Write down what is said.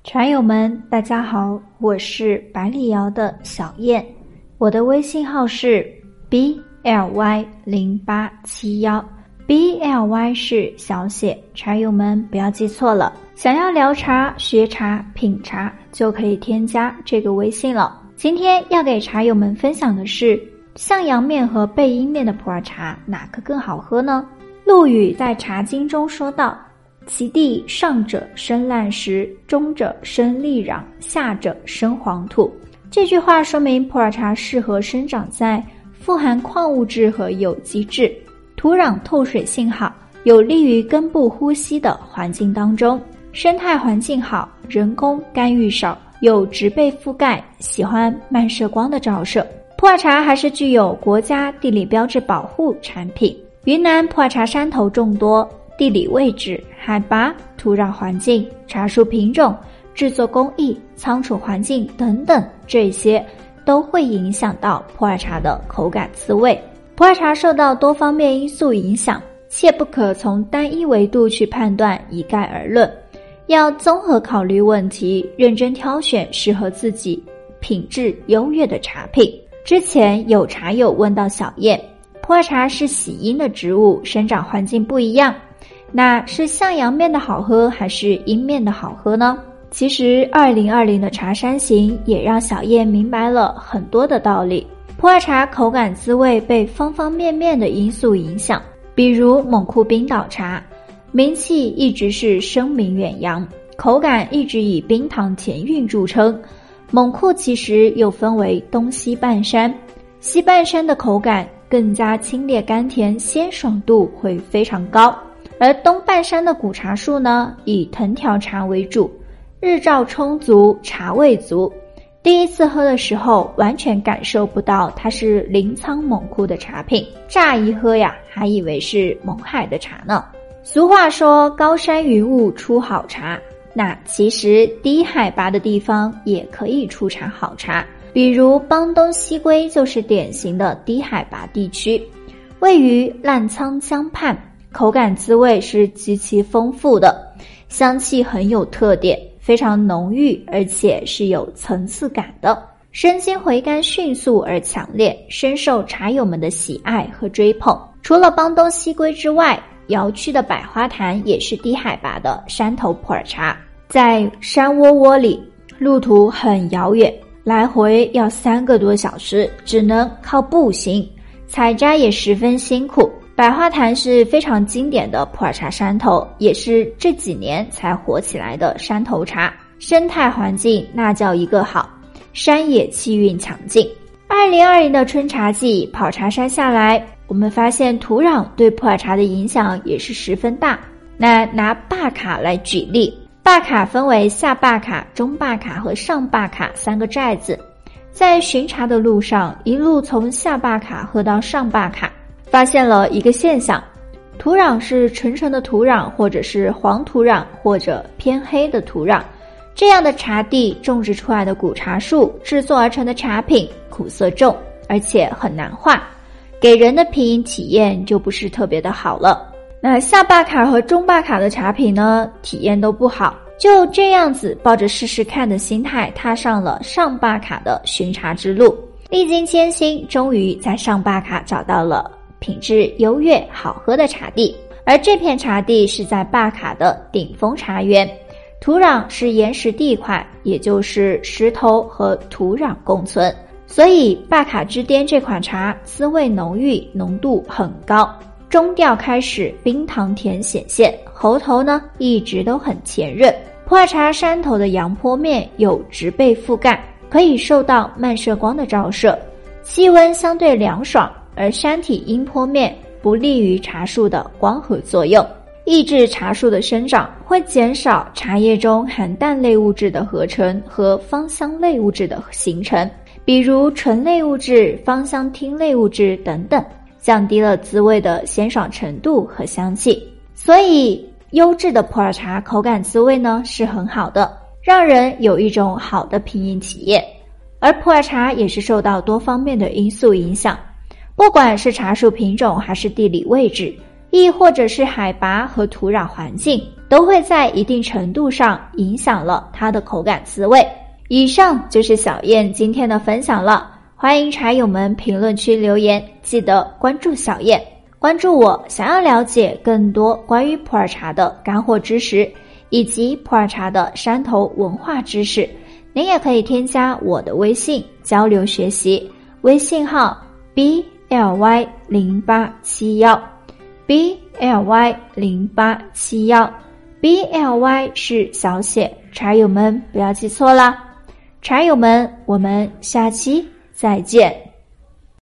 茶友们大家好，我是百里瑶的小燕，我的微信号是 BLY0871， BLY 是小写，茶友们不要记错了。想要聊茶、学茶、品茶就可以添加这个微信了。今天要给茶友们分享的是向阳面和背阴面的普洱茶哪个更好喝呢？陆羽在《茶经》中说道，其地上者生烂石，中者生利壤，下者生黄土。这句话说明普洱茶适合生长在富含矿物质和有机质、土壤透水性好、有利于根部呼吸的环境当中。生态环境好，人工干预少，有植被覆盖，喜欢慢射光的照射。普洱茶还是具有国家地理标志保护产品。云南普洱茶山头众多，地理位置、海拔、土壤环境、茶树品种、制作工艺、仓储环境等等，这些都会影响到普洱茶的口感滋味。普洱茶受到多方面因素影响，切不可从单一维度去判断，一概而论，要综合考虑问题，认真挑选适合自己品质优越的茶品。之前有茶友问到小燕，普洱茶是喜阴的植物，生长环境不一样，那是向阳面的好喝还是阴面的好喝呢？其实2020的茶山行也让小燕明白了很多的道理。普洱茶口感滋味被方方面面的因素影响，比如勐库冰岛茶名气一直是声名远扬，口感一直以冰糖甜韵著称。勐库其实又分为东西半山，西半山的口感更加清冽甘甜，鲜爽度会非常高，而东半山的古茶树呢，以藤条茶为主，日照充足，茶味足。第一次喝的时候完全感受不到它是临沧勐库的茶品，乍一喝呀还以为是勐海的茶呢。俗话说高山云雾出好茶，那其实低海拔的地方也可以出产好茶，比如邦东西归就是典型的低海拔地区，位于澜沧江畔，口感滋味是极其丰富的，香气很有特点，非常浓郁，而且是有层次感的，生津回甘迅速而强烈，深受茶友们的喜爱和追捧。除了邦东西归之外，瑶区的百花潭也是低海拔的山头普洱茶，在山窝窝里，路途很遥远，来回要3个多小时，只能靠步行，采摘也十分辛苦。百花潭是非常经典的普洱茶山头，也是这几年才火起来的山头茶，生态环境那叫一个好，山野气韵强劲。2020的春茶季，普洱茶山下来，我们发现土壤对普洱茶的影响也是十分大。那拿坝卡来举例，坝卡分为下坝卡、中坝卡和上坝卡3个寨子，在寻茶的路上，一路从下坝卡喝到上坝卡，发现了一个现象，土壤是纯纯的土壤，或者是黄土壤，或者偏黑的土壤，这样的茶地种植出来的古茶树制作而成的茶品苦涩重，而且很难化，给人的品饮体验就不是特别的好了。那下坝卡和中坝卡的茶品呢，体验都不好，就这样子抱着试试看的心态踏上了上坝卡的寻茶之路，历经艰辛，终于在上坝卡找到了品质优越好喝的茶地。而这片茶地是在坝卡的顶峰茶园，土壤是岩石地块，也就是石头和土壤共存，所以坝卡之巅这款茶滋味浓郁，浓度很高，中调开始冰糖甜显现，喉头呢一直都很甜润。普洱茶山头的阳坡面有植被覆盖，可以受到慢射光的照射，气温相对凉爽，而山体阴坡面不利于茶树的光合作用，抑制茶树的生长，会减少茶叶中含氮类物质的合成和芳香类物质的形成，比如醇类物质、芳香烃类物质等等，降低了滋味的鲜爽程度和香气。所以优质的普洱茶口感滋味呢是很好的，让人有一种好的品饮体验。而普洱茶也是受到多方面的因素影响，不管是茶树品种还是地理位置，亦或者是海拔和土壤环境， 都会在一定程度上影响了它的口感滋味。以上就是小燕今天的分享了，欢迎茶友们评论区留言，记得关注小燕，关注我，想要了解更多关于普洱茶的干货知识，以及普洱茶的山头文化知识，您也可以添加我的微信交流学习，微信号 BLY0871 BLY0871 BLY 是小写，茶友们不要记错啦。茶友们，我们下期再见。